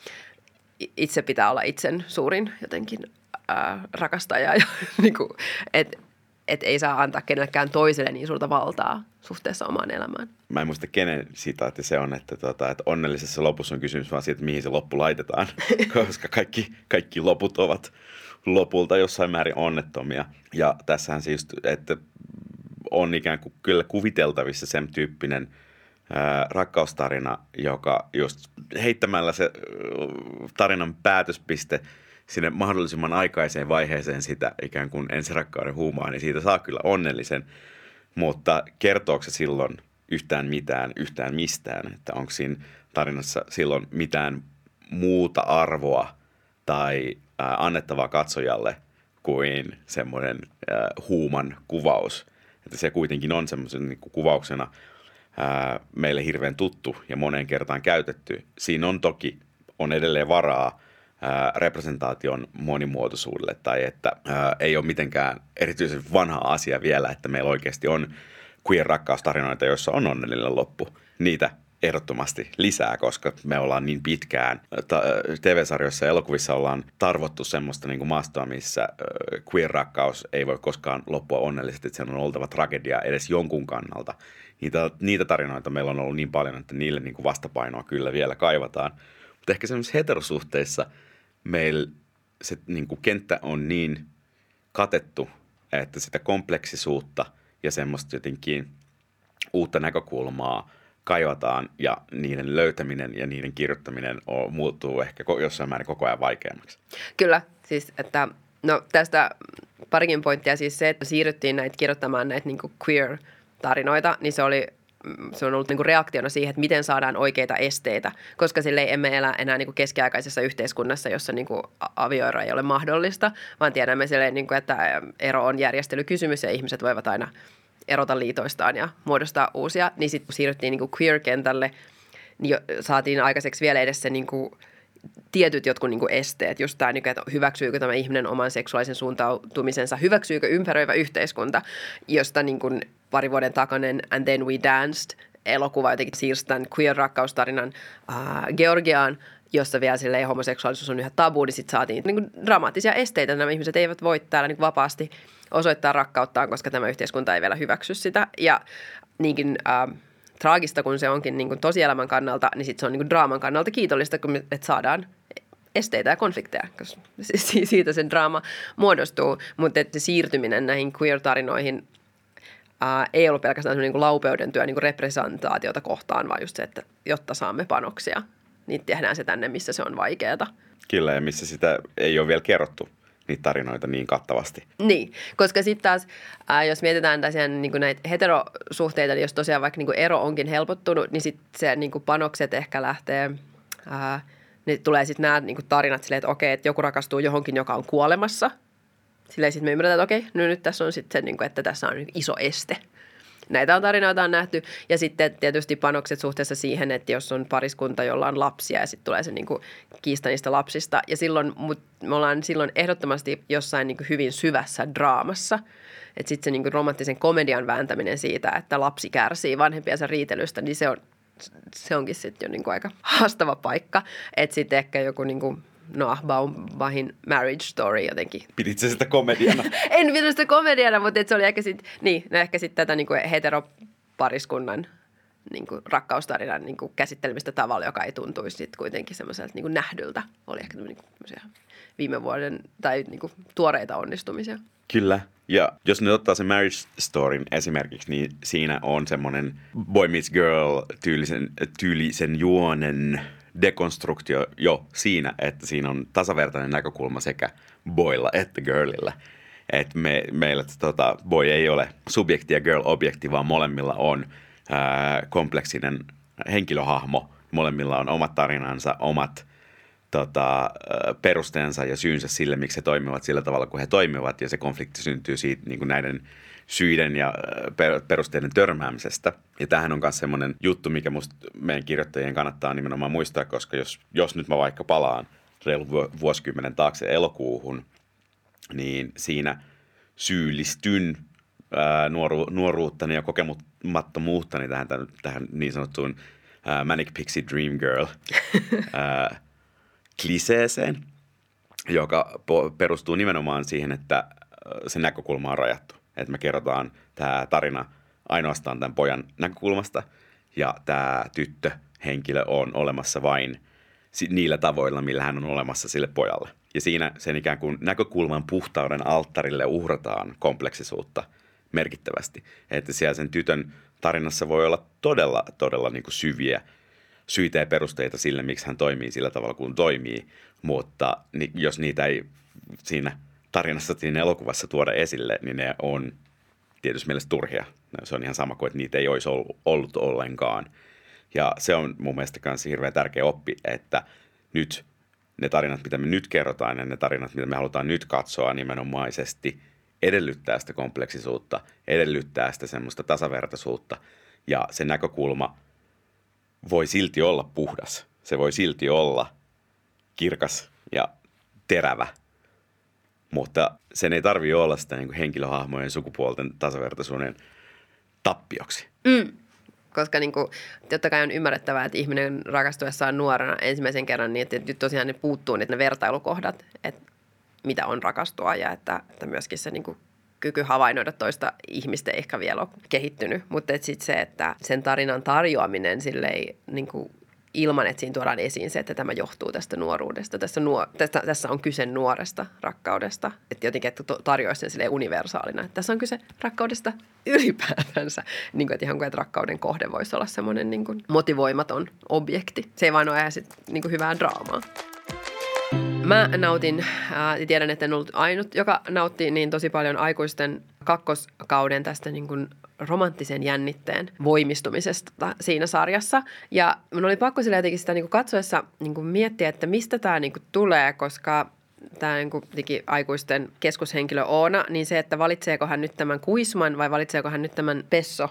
itse pitää olla itsen suurin jotenkin rakastaja. Ja niin kuin, että ei saa antaa kenellekään toiselle niin suurta valtaa suhteessa omaan elämään. Mä en muista kenen sitaatti se on, että onnellisessa lopussa on kysymys vaan siitä, että mihin se loppu laitetaan, koska kaikki loput ovat lopulta jossain määrin onnettomia. Ja tässähän siis, että on ikään kuin kyllä kuviteltavissa sen tyyppinen rakkaustarina, joka just heittämällä se tarinan päätöspiste sinne mahdollisimman aikaiseen vaiheeseen sitä ikään kuin ensirakkauden huumaa, niin siitä saa kyllä onnellisen, mutta kertooko se silloin yhtään mitään, yhtään mistään, että onko siinä tarinassa silloin mitään muuta arvoa tai annettavaa katsojalle kuin semmoinen huuman kuvaus. Että se kuitenkin on semmoisen niin kuin kuvauksena meille hirveän tuttu ja moneen kertaan käytetty. Siinä on edelleen varaa representaation monimuotoisuudelle tai että ei ole mitenkään erityisen vanha asia vielä, että meillä oikeasti on queer-rakkaustarinoita, joissa on onnellinen loppu. Niitä ehdottomasti lisää, koska me ollaan niin pitkään TV-sarjoissa ja elokuvissa ollaan tarvottu semmoista niin kuin maastoa, missä queer-rakkaus ei voi koskaan loppua onnellisesti, että sen on oltava tragedia edes jonkun kannalta. Niitä tarinoita meillä on ollut niin paljon, että niille niin kuin vastapainoa kyllä vielä kaivataan. Mutta ehkä semmoisissa heterosuhteissa meillä se niin kuin kenttä on niin katettu, että sitä kompleksisuutta ja semmoista jotenkin uutta näkökulmaa kaivataan ja niiden löytäminen ja niiden kirjoittaminen muuttuu ehkä jossain määrin koko ajan vaikeammaksi. Kyllä, siis että no tästä parikin pointtia siis se, että siirryttiin kirjoittamaan näitä niin kuin queer-tarinoita, niin se on ollut niin kuin reaktiona siihen, että miten saadaan oikeita esteitä, koska silleen emme elä enää niin kuin keskiaikaisessa yhteiskunnassa, jossa niin kuin avioero ei ole mahdollista, vaan tiedämme silleen, niin kuin, että ero on järjestelykysymys ja ihmiset voivat aina erota liitoistaan ja muodostaa uusia. Niin sitten kun siirryttiin niin kuin queer-kentälle, niin saatiin aikaiseksi vielä edes se niin kuin tietyt jotkut niin kuin esteet. Just tämä, että hyväksyykö tämä ihminen oman seksuaalisen suuntautumisensa, hyväksyykö ympäröivä yhteiskunta, josta niin kuin pari vuoden takainen And Then We Danced -elokuva jotenkin siirsi tämän queer-rakkaustarinan Georgiaan, jossa vielä silleen homoseksuaalisuus on yhä tabu, niin sitten saatiin niin kuin dramaattisia esteitä. Nämä ihmiset eivät voi täällä niin kuin vapaasti osoittaa rakkauttaan, koska tämä yhteiskunta ei vielä hyväksy sitä. Ja niinkin traagista, kun se onkin niin kuin tosielämän kannalta, niin sitten se on niin kuin draaman kannalta kiitollista, että saadaan esteitä ja konflikteja, koska siitä sen draama muodostuu. Mutta se siirtyminen näihin queer-tarinoihin ei ollut pelkästään niin kuin laupeuden työ niin kuin representaatiota kohtaan, vaan just se, että jotta saamme panoksia, niin tehdään se tänne, missä se on vaikeaa. Kyllä, ja missä sitä ei ole vielä kerrottu niitä tarinoita niin kattavasti. Niin, koska sitten taas, jos mietitään niin näitä heterosuhteita, niin jos tosiaan vaikka niin ero onkin helpottunut, niin sitten se niin panokset ehkä lähtee, niin tulee sitten nämä niin tarinat silleen, että okei, että joku rakastuu johonkin, joka on kuolemassa. Silleen sitten me ymmärretään, että okei, nyt tässä on sitten se, niin kuin, että tässä on iso este. Näitä tarinoita on nähty ja sitten tietysti panokset suhteessa siihen, että jos on pariskunta, jolla on lapsia ja sitten tulee se niin kuin kiista niistä lapsista. Ja silloin me ollaan silloin ehdottomasti jossain niin kuin hyvin syvässä draamassa. Että sitten se niin kuin romanttisen komedian vääntäminen siitä, että lapsi kärsii vanhempiensa riitelystä, niin se onkin sitten jo niin kuin aika haastava paikka. Että sitten ehkä joku niin kuin Noah Baumbachin Marriage Story jotenkin. Pidit sä sitä komediana? En pitänyt sitä komediana, mutta se oli ehkä sitten tätä niin kuin heteropariskunnan niin kuin rakkaustarinan niin kuin käsittelemistä tavalla, joka ei tuntuisi sitten kuitenkin semmoiselta niin kuin nähdyltä. Oli ehkä niin kuin viime vuoden tai niin kuin tuoreita onnistumisia. Kyllä. Ja jos nyt ottaa sen Marriage Storyn esimerkiksi, niin siinä on semmoinen Boy Meets Girl tyylisen juonen dekonstruktio jo siinä, että siinä on tasavertainen näkökulma sekä boylla että girlillä. Että meillä boy ei ole subjekti ja girl objekti, vaan molemmilla on kompleksinen henkilöhahmo. Molemmilla on omat tarinansa, omat perusteensa ja syynsä sille, miksi he toimivat sillä tavalla, kun he toimivat. Ja se konflikti syntyy siitä niin kuin näiden syiden ja perusteiden törmäämisestä. Ja tämähän on myös semmoinen juttu, mikä musta meidän kirjoittajien kannattaa nimenomaan muistaa, koska jos nyt mä vaikka palaan reilun vuosikymmenen taakse elokuuhun, niin siinä syyllistyn nuoruuttani ja kokemattomuuttani tähän niin sanottuun Manic Pixie Dream Girl kliseeseen, joka perustuu nimenomaan siihen, että se näkökulma on rajattu. Että me kerrotaan tämä tarina ainoastaan tämän pojan näkökulmasta ja tämä tyttöhenkilö on olemassa vain niillä tavoilla, millä hän on olemassa sille pojalle. Ja siinä sen ikään kuin näkökulman puhtauden alttarille uhrataan kompleksisuutta merkittävästi. Että siellä sen tytön tarinassa voi olla todella, todella niin kuin syitä ja perusteita sille, miksi hän toimii sillä tavalla, kuin toimii. Mutta jos niitä ei siinä tarinassa, siinä elokuvassa tuoda esille, niin ne on tietysti mielessä turhia. Se on ihan sama kuin, että niitä ei olisi ollut ollenkaan. Ja se on mun mielestä myös hirveän tärkeä oppi, että nyt ne tarinat, mitä me nyt kerrotaan ja ne tarinat, mitä me halutaan nyt katsoa nimenomaisesti, edellyttää sitä kompleksisuutta, edellyttää sitä semmoista tasavertaisuutta. Ja se näkökulma voi silti olla puhdas. Se voi silti olla kirkas ja terävä. Mutta sen ei tarvitse olla sitä niin kuin henkilöhahmojen sukupuolten tasavertaisuuden tappioksi. Koska niin kuin, totta kai on ymmärrettävää, että ihminen rakastuessaan nuorena ensimmäisen kerran, niin että tosiaan ne puuttuu ne vertailukohdat, että mitä on rakastua ja että myöskin se niin kuin kyky havainnoida toista ihmistä ei ehkä vielä ole kehittynyt. Mutta sitten se, että sen tarinan tarjoaminen silleen niin kuin ilman, että siinä tuodaan esiin se, että tämä johtuu tästä nuoruudesta. Tässä on kyse nuoresta rakkaudesta. Että jotenkin, että tarjoaisi sen silleen universaalina. Että tässä on kyse rakkaudesta ylipäätänsä. Niin kuin, että ihan kuin, että rakkauden kohde voisi olla semmoinen niin kuin motivoimaton objekti. Se ei vain ole niin kuin hyvää draamaa. Mä nautin, tiedän, että en ollut ainut, joka nautti niin tosi paljon aikuisten kakkoskauden tästä niin kuin romanttisen jännitteen voimistumisesta siinä sarjassa. Ja mun oli pakko sillä jotenkin sitä niin kuin katsoessa niin kuin miettiä, että mistä tämä niin kuin tulee, koska tämä niin kuin aikuisten keskushenkilö Oona, niin se, että valitseeko hän nyt tämän Kuisman vai valitseeko hän nyt tämän Pesso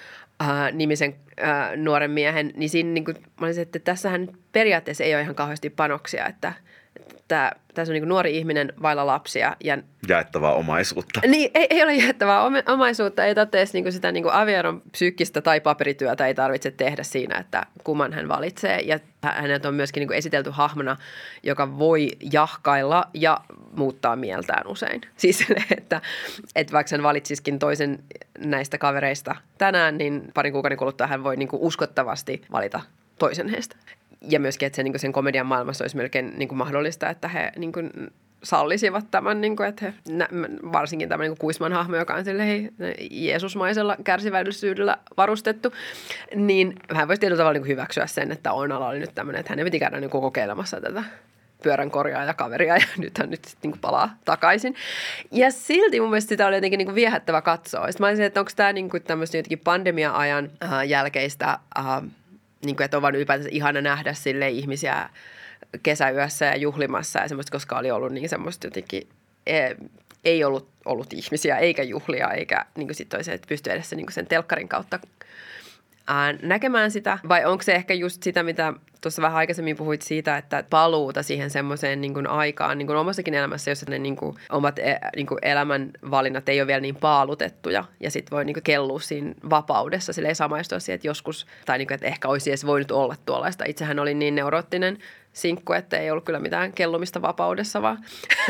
nimisen nuoren miehen, niin siinä niin kuin, mä olisin, että tässähän periaatteessa ei ole ihan kauheasti panoksia, että tässä on niin kuin nuori ihminen vailla lapsia. Ja jaettavaa omaisuutta. Niin, ei ole jaettavaa omaisuutta. Ei tarvitse niin kuin sitä niin kuin avioeron psyykkistä tai paperityötä ei tarvitse tehdä siinä, että kumman hän valitsee. Ja hänet on myöskin niin kuin esitelty hahmona, joka voi jahkailla ja muuttaa mieltään usein. Siis että vaikka hän valitsisikin toisen näistä kavereista tänään, niin parin kuukauden kuluttua hän voi niin kuin uskottavasti valita toisen heistä. Ja myöskin, että niin sen komedian maailmassa olisi melkein niin kuin mahdollista, että he niin kuin sallisivat tämän, niin kuin, että he, varsinkin tämä niin kuin Kuisman hahmo, joka on jeesusmaisella kärsivällisyydellä varustettu, niin hän voisi tietyllä tavalla niin kuin hyväksyä sen, että Oonalla oli nyt tämmöinen, että hänen piti käydä niin kuin kokeilemassa tätä pyörän korjaajakaveria ja nyt hän nyt sitten niin palaa takaisin. Ja silti mun mielestä sitä oli jotenkin niin kuin viehättävä katsoa. Sitten mä olisin, että onko tämä niin kuin tämmöistä jotenkin pandemia-ajan jälkeistä niin kuin, että on vaan ylipäätänsä ihana nähdä silleen ihmisiä kesäyössä ja juhlimassa ja semmoista, koska oli ollut niin semmoista jotenkin, ei ollut ihmisiä eikä juhlia eikä niin kuin sitten toisaalta, että pystyi edes niin kuin sen telkkarin kautta näkemään sitä. Vai onko se ehkä just sitä, mitä tuossa vähän aikaisemmin puhuit siitä, että paluuta siihen semmoiseen niin kuin aikaan niin kuin omassakin elämässä, jossa ne niin kuin omat niin kuin elämänvalinnat ei ole vielä niin paalutettuja ja sitten voi niin kuin kellua siinä vapaudessa. Sillä ei samaistua siihen, että joskus, tai niin kuin, että ehkä olisi edes voinut olla tuollaista. Itsehän oli niin neuroottinen sinkku, että ei ollut kyllä mitään kellumista vapaudessa, vaan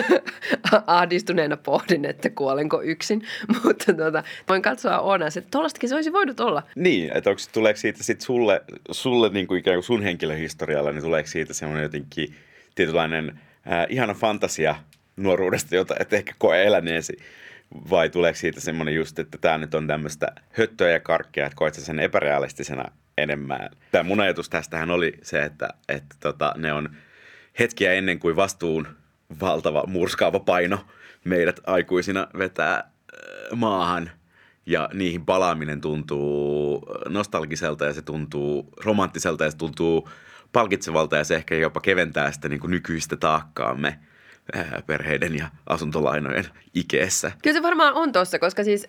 ahdistuneena pohdin, että kuolenko yksin. Mutta voin katsoa Oonassa, että tuollaistakin se olisi voinut olla. Niin, että tuleeko siitä sitten sulle niin kuin ikään kuin sun henkilöhistorialla, niin tuleeko siitä semmoinen jotenkin tietynlainen ihana fantasia nuoruudesta, jota et ehkä koe eläneesi, vai tuleeko siitä semmoinen just, että tämä nyt on tämmöistä höttöä ja karkkia, että koet sä sen epärealistisena enemmän. Tämä mun ajatus tästähän oli se, että ne on hetkiä ennen kuin vastuun valtava murskaava paino meidät aikuisina vetää maahan ja niihin palaaminen tuntuu nostalgiselta ja se tuntuu romanttiselta ja se tuntuu palkitsevalta ja se ehkä jopa keventää sitä niin kuin nykyistä taakkaamme perheiden ja asuntolainojen ikeessä. Kyllä se varmaan on tossa, koska siis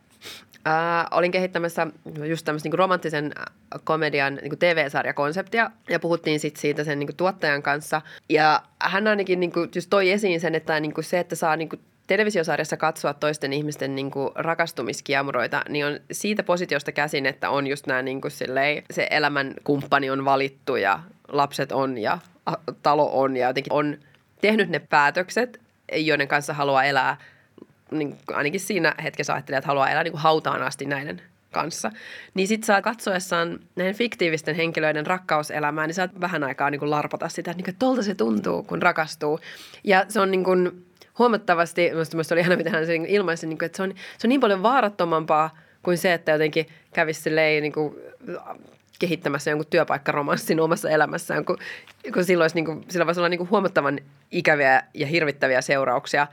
olin kehittämässä just tämmöistä niin kuin romanttisen komedian niin kuin TV-sarjakonseptia ja puhuttiin sitten siitä sen niin kuin tuottajan kanssa. Ja hän ainakin niin kuin just toi esiin sen, että niin kuin se, että saa niin kuin televisiosarjassa katsoa toisten ihmisten niin kuin rakastumiskiemuroita, niin on siitä positiosta käsin, että on just nämä niin kuin silleen, se elämän kumppani on valittu ja lapset on ja talo on ja jotenkin on tehnyt ne päätökset, joiden kanssa haluaa elää. Niin ainakin siinä hetkessä ajattelee, että haluaa elää niin kuin hautaan asti näiden kanssa. Niin sit saa katsoessaan näiden fiktiivisten henkilöiden rakkauselämää, niin saat vähän aikaa niin kuin larpata sitä, että tolta se tuntuu, kun rakastuu. Ja se on niin kuin huomattavasti, minusta oli ihana, mitä hän ilmaisi, että se on niin paljon vaarattomampaa kuin se, että jotenkin kävisi silleen niin kuin kehittämässä jonkun työpaikkaromanssin omassa elämässään, kun silloin, sillä voisi olla niin kuin huomattavan ikäviä ja hirvittäviä seurauksia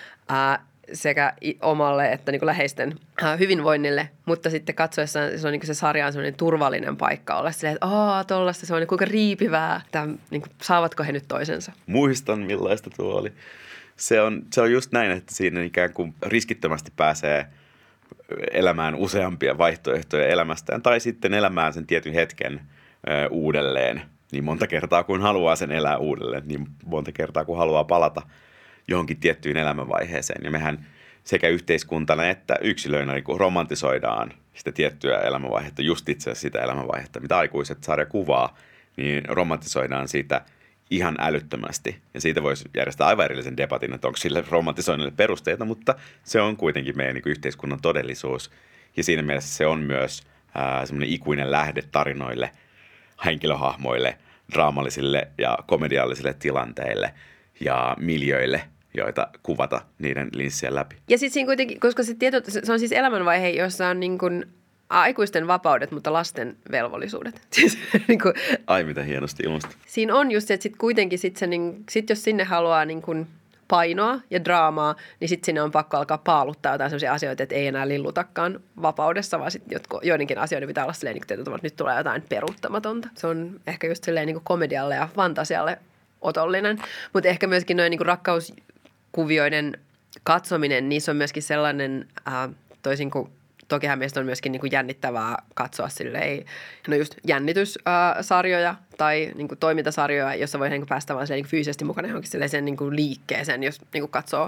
sekä omalle että niin kuin läheisten hyvinvoinnille, mutta sitten katsoessaan se on niin kuin se sarja on sellainen turvallinen paikka olla silleen, että tollaista, se on niin kuinka riipivää, että niin kuin, saavatko he nyt toisensa. Muistan, millaista tuo oli. Se on just näin, että siinä ikään kuin riskittömästi pääsee elämään useampia vaihtoehtoja elämästään tai sitten elämään sen tietyn hetken uudelleen niin monta kertaa kuin haluaa sen elää uudelleen, niin monta kertaa kuin haluaa palata johonkin tiettyyn elämänvaiheeseen. Ja mehän sekä yhteiskuntana että yksilöinä niin kuin romantisoidaan sitä tiettyä elämänvaihetta, just itse asiassa sitä elämänvaihetta, mitä aikuiset sarja kuvaa, niin romantisoidaan siitä ihan älyttömästi. Ja siitä voisi järjestää aivan erillisen debatin, että onko sille romantisoinnille perusteita, mutta se on kuitenkin meidän niin kuin yhteiskunnan todellisuus. Ja siinä mielessä se on myös semmoinen ikuinen lähde tarinoille, henkilöhahmoille, draamallisille ja komediallisille tilanteille ja miljöille, joita kuvata niiden linssien läpi. Ja sitten siinä kuitenkin, koska se on siis elämänvaihe, jossa on niin kuin aikuisten vapaudet, mutta lasten velvollisuudet. Siis, niin kuin, ai mitä hienosti ilmasta. Siinä on just se, että sitten kuitenkin sit jos sinne haluaa niin kuin painoa ja draamaa, niin sitten sinne on pakko alkaa paaluttaa jotain sellaisia asioita, että ei enää lillutakaan vapaudessa, vaan sitten joidenkin asioiden pitää olla silleen, että nyt tulee jotain peruuttamatonta. Se on ehkä just silleen niin kuin komedialle ja fantasialle otollinen, mutta ehkä myöskin noin niin kuin rakkauskuvioiden katsominen, niissä on myöskin sellainen, toisin kuin tokihan meistä on myöskin niin kuin jännittävää katsoa silleen, no just jännityssarjoja tai niin kuin toimintasarjoja, jossa voi niin kuin päästä vaan niin kuin fyysisesti mukana johonkin sen niin kuin liikkeeseen, jos niin kuin katsoo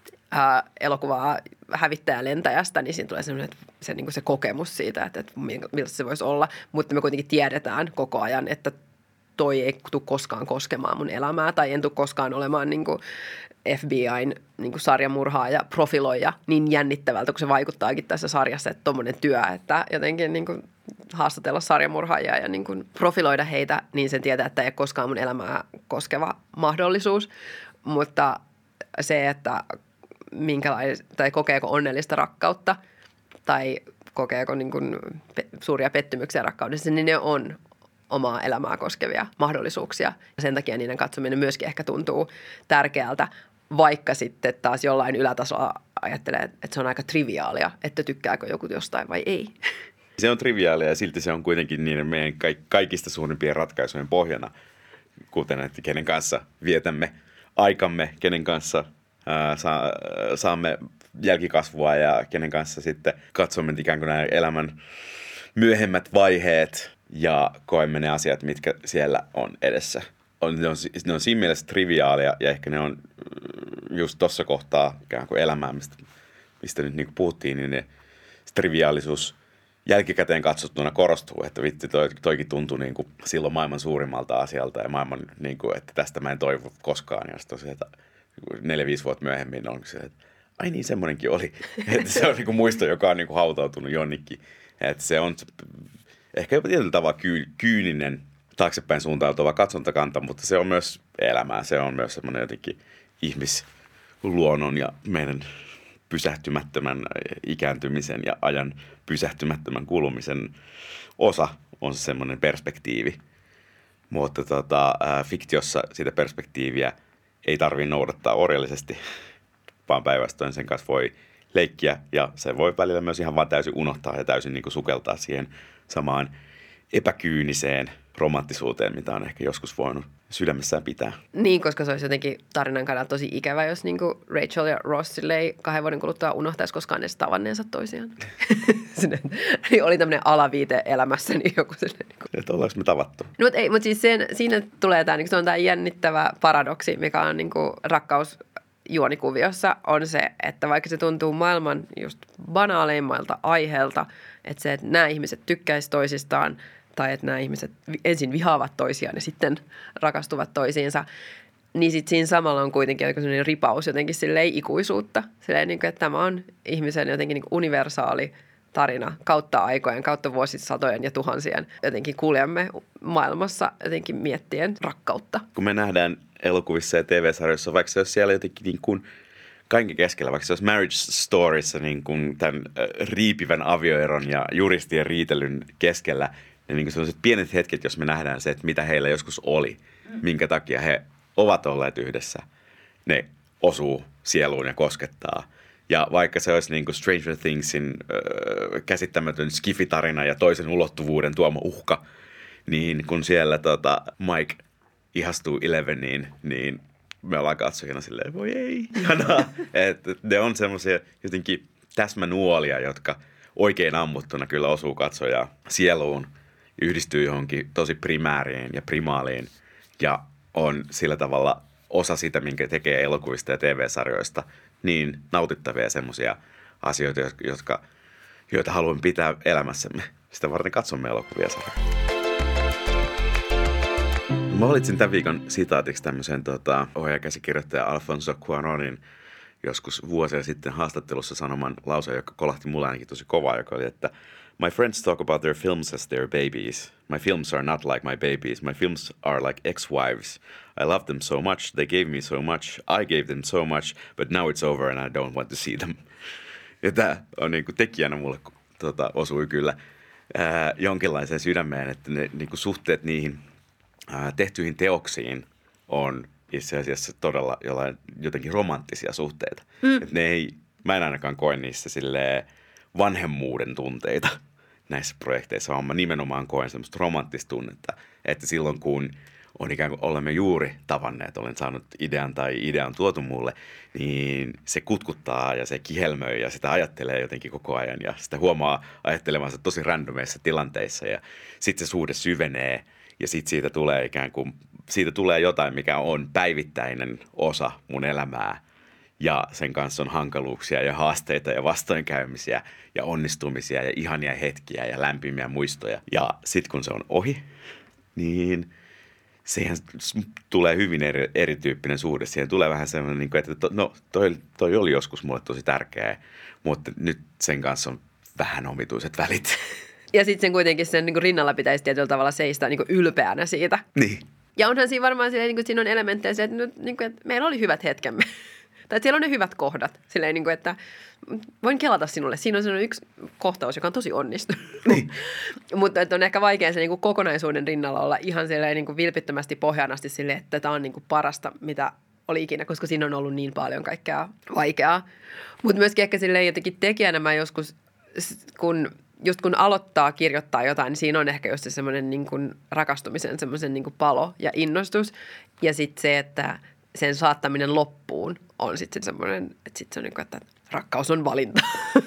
elokuvaa hävittäjälentäjästä, niin siinä tulee niin kuin se kokemus siitä, että miltä se voisi olla, mutta me kuitenkin tiedetään koko ajan, että toi ei tule koskaan koskemaan mun elämää tai en tule koskaan olemaan niin kuin FBI:n niin kuin sarjamurhaaja, profiloija niin jännittävältä, kun se vaikuttaakin tässä sarjassa, että tommoinen työ, että jotenkin niin kuin haastatella sarjamurhaajia ja niin kuin profiloida heitä, niin sen tietää, että ei ole koskaan mun elämää koskeva mahdollisuus, mutta se, että tai kokeeko onnellista rakkautta tai kokeeko niin kuin suuria pettymyksiä rakkaudessa, niin ne on omaa elämää koskevia mahdollisuuksia. Sen takia niiden katsominen myöskin ehkä tuntuu tärkeältä, vaikka sitten taas jollain ylätasolla ajattelee, että se on aika triviaalia, että tykkääkö joku jostain vai ei. Se on triviaalia ja silti se on kuitenkin niiden meidän kaikista suurimpien ratkaisujen pohjana, kuten että kenen kanssa vietämme aikamme, kenen kanssa saamme jälkikasvua ja kenen kanssa sitten katsomme ikään kuin nämä elämän myöhemmät vaiheet ja koemme ne asiat, mitkä siellä on edessä. Ne on siinä mielessä triviaalia ja ehkä ne on just tuossa kohtaa ikään kuin elämää, mistä nyt niin kuin puhuttiin, niin se triviaalisuus jälkikäteen katsottuna korostuu, että vitsi toikin tuntui niin kuin silloin maailman suurimmalta asialta ja maailman, niin kuin, että tästä mä en toivo koskaan. Ja sitten 4-5 vuotta myöhemmin on se, että ai niin, semmoinenkin oli. Että se on niin kuin muisto, joka on niin kuin hautautunut jonnekin. Että se on ehkä jopa tietyllä tavalla kyyninen, taaksepäin suuntautuva katsontakanta, mutta se on myös elämää. Se on myös semmoinen jotenkin ihmisluonnon ja meidän pysähtymättömän ikääntymisen ja ajan pysähtymättömän kulumisen osa on se semmoinen perspektiivi. Mutta fiktiossa sitä perspektiiviä ei tarvitse noudattaa orjallisesti, vaan päinvastoin sen kanssa voi leikkiä ja se voi välillä myös ihan vaan täysin unohtaa ja täysin niin kuin sukeltaa siihen samaan epäkyyniseen romanttisuuteen, mitä on ehkä joskus voinut sydämessään pitää. Niin, koska se olisi jotenkin tarinan kannalta tosi ikävä, jos niin kuin Rachel ja Ross 2 vuoden kuluttua unohtaisi koskaan edes tavanneensa toisiaan. Niin oli tämmöinen alaviite elämässäni joku sellainen. Niin että ollaanko me tavattu? No, mutta siis siinä tulee tämä, niin se on tämä jännittävä paradoksi, mikä on niin kuin rakkausjuonikuviossa, on se, että vaikka se tuntuu maailman just banaaleimmalta aiheelta, että se, että nämä ihmiset tykkäisivät toisistaan, tai että nämä ihmiset ensin vihaavat toisiaan ja sitten rakastuvat toisiinsa, niin sitten siinä samalla on kuitenkin sellainen ripaus jotenkin silleen ikuisuutta. Silleen, niin kuin, että tämä on ihmisen jotenkin niin kuin universaali tarina kautta aikojen, kautta vuosisatojen ja tuhansien. Jotenkin kuljemme maailmassa jotenkin miettien rakkautta. Kun me nähdään elokuvissa ja TV-sarjoissa, vaikka se olisi siellä jotenkin niin kuin kaiken keskellä, vaikka se olisi Marriage Storyssa niin kuin tämän riipivän avioeron ja juristien riitelyn keskellä, ne niin kuin sellaiset pienet hetket, jos me nähdään se, että mitä heillä joskus oli, minkä takia he ovat olleet yhdessä, ne osuu sieluun ja koskettaa. Ja vaikka se olisi niin kuin Stranger Thingsin käsittämätön skifitarina ja toisen ulottuvuuden tuoma uhka, niin kun siellä Mike ihastuu Eleveniin, niin me ollaan katsojana silleen, voi ei, ihanaa. Että ne on semmoisia jotenkin täsmänuolia, jotka oikein ammuttuna kyllä osuu katsojaa sieluun, yhdistyy johonkin tosi primääriin ja primaaliin ja on sillä tavalla osa sitä, minkä tekee elokuvista ja TV-sarjoista, niin nautittavia semmoisia asioita, joita haluamme pitää elämässämme. Sitä varten katsomme elokuvia sarjoja. Mä valitsin tämän viikon sitaatiksi tämmöisen ohjaajakäsikirjoittaja Alfonso Cuaronin joskus vuosia sitten haastattelussa sanoman lauseen, joka kolahti mulle ainakin tosi kovaa, joka oli, että My friends talk about their films as their babies. My films are not like my babies. My films are like ex-wives. I love them so much. They gave me so much. I gave them so much. But now it's over and I don't want to see them. Ja tämä on niin kuin tekijänä mulle osui kyllä jonkinlaiseen sydämeen, että ne niin kuin suhteet niihin tehtyihin teoksiin on itse asiassa todella jotenkin romanttisia suhteita. Että mä en ainakaan koe niissä silleen vanhemmuuden tunteita näissä projekteissa, vaan mä nimenomaan koen semmoista romanttista tunnetta, että silloin kun on ikään kuin olemme juuri tavanneet, olen saanut idean tai idea on tuotu mulle, niin se kutkuttaa ja se kihelmöi ja sitä ajattelee jotenkin koko ajan ja sitä huomaa ajattelemansa tosi randomeissa tilanteissa ja sitten se suhde syvenee ja sitten siitä tulee jotain, mikä on päivittäinen osa mun elämää. Ja sen kanssa on hankaluuksia ja haasteita ja vastoinkäymisiä ja onnistumisia ja ihania hetkiä ja lämpimiä muistoja. Ja sitten kun se on ohi, niin siihen tulee hyvin erityyppinen suhde. Siihen tulee vähän sellainen, että toi oli joskus mulle tosi tärkeää, mutta nyt sen kanssa on vähän omituiset välit. Ja sitten sen kuitenkin sen niin kuin rinnalla pitäisi tietyllä tavalla seistä niin kuin ylpeänä siitä. Niin. Ja onhan siinä varmaan silleen, niin kuin, siinä on elementtejä se, että meillä oli hyvät hetkemme. Tai että siellä on ne hyvät kohdat. Silleen, niin kuin, että voin kelata sinulle. Siinä on yksi kohtaus, joka on tosi onnistunut. Niin. Mutta on ehkä vaikea se niin kuin kokonaisuuden rinnalla olla ihan silleen, niin kuin vilpittömästi pohjaan asti silleen, että tämä on niin kuin parasta, mitä oli ikinä, koska siinä on ollut niin paljon kaikkea vaikeaa. Mutta myöskin ehkä silleen jotenkin tekijänä mä joskus, kun aloittaa kirjoittaa jotain, niin siinä on ehkä just se semmoinen niin kuin rakastumisen semmoisen niin kuin palo ja innostus. Ja sitten se, että sen saattaminen loppuun on sitten semmoinen, että sitten se on niin kuin, että rakkaus on valinta.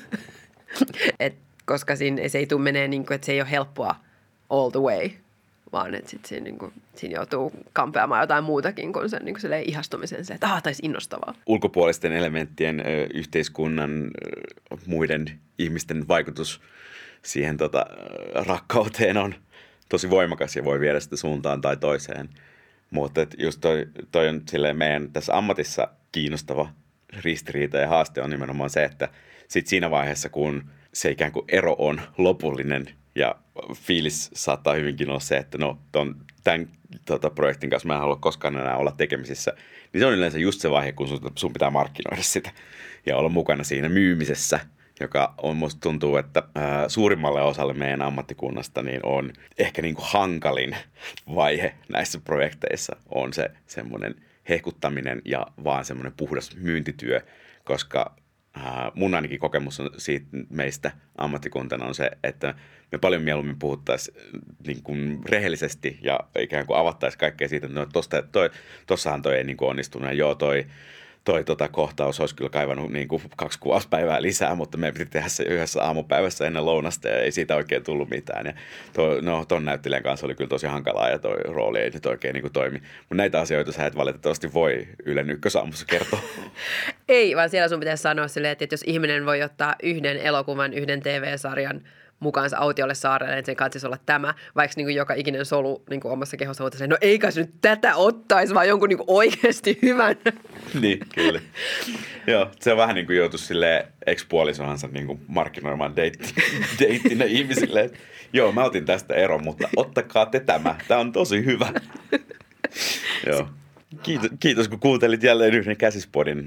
Koska se ei tule menee niin kuin, että se ei ole helppoa all the way, vaan että sitten siinä joutuu kampeamaan jotain muutakin kuin sen niin kuin ihastumisen, se, että taisi innostavaa. Ulkopuolisten elementtien, yhteiskunnan, muiden ihmisten vaikutus siihen rakkauteen on tosi voimakas ja voi viedä sitä suuntaan tai toiseen. Mutta just toi on silleen meidän tässä ammatissa kiinnostava ristiriita ja haaste on nimenomaan se, että sit siinä vaiheessa, kun se ikään kuin ero on lopullinen ja fiilis saattaa hyvinkin olla se, että tämän projektin kanssa mä en halua koskaan enää olla tekemisissä, niin se on yleensä just se vaihe, kun sun pitää markkinoida sitä ja olla mukana siinä myymisessä, joka on musta tuntuu, että suurimmalle osalle meidän ammattikunnasta niin on ehkä niin kuin hankalin vaihe näissä projekteissa on se semmoinen hehkuttaminen ja vaan semmoinen puhdas myyntityö, koska mun ainakin kokemus on siitä meistä ammattikuntana on se, että me paljon mieluummin puhuttaisiin niin kuin rehellisesti ja ikään kuin avattaisiin kaikkea siitä, että tossahan toi ei niin kuin onnistunut ja joo toi kohtaus olisi kyllä kaivannut niin kuin 2 kuvauspäivää lisää, mutta me piti tehdä se yhdessä aamupäivässä ennen lounasta ja ei siitä oikein tullut mitään. Ja ton näyttelijän kanssa oli kyllä tosi hankalaa ja toi rooli ei nyt oikein niin kuin toimi. Mutta näitä asioita sä et valitettavasti voi Ylen Ykkösaamussa kertoa. Ei, vaan siellä sun pitäisi sanoa silleen, että jos ihminen voi ottaa yhden elokuvan, yhden TV-sarjan mukaansa autiolle saarelle, että sen katsisi olla tämä, vaikka niin kuin joka ikinen solu niin kuin omassa kehossa huutaa, no eikä se nyt tätä ottaisi, vaan jonkun niin kuin oikeasti hyvän. Niin, kyllä. Joo, se on vähän niin kuin joutuisi silleen ex-puolisohansa niin kuin markkinoimaan deittinä ihmisille, että joo, mä otin tästä eron, mutta ottakaa te tämä on tosi hyvä. Joo. Kiitos, kun kuuntelit jälleen yhden Käsispodin.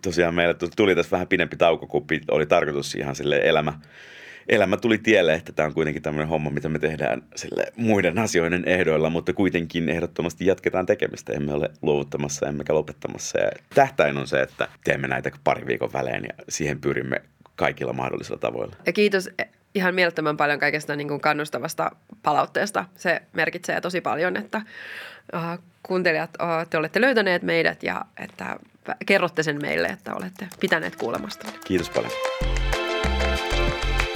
tosiaan meille tuli tässä vähän pidempi tauko, kun oli tarkoitus ihan sille elämä tuli tielle, että tämä on kuitenkin tämmöinen homma, mitä me tehdään sille muiden asioiden ehdoilla, mutta kuitenkin ehdottomasti jatketaan tekemistä. Emme ole luovuttamassa, emmekä lopettamassa. Ja tähtäin on se, että teemme näitä pari viikon välein ja siihen pyrimme kaikilla mahdollisilla tavoilla. Ja kiitos ihan mielettömän paljon kaikesta niin kuin kannustavasta palautteesta. Se merkitsee tosi paljon, että kuuntelijat, te olette löytäneet meidät ja että kerrotte sen meille, että olette pitäneet kuulemasta. Kiitos paljon.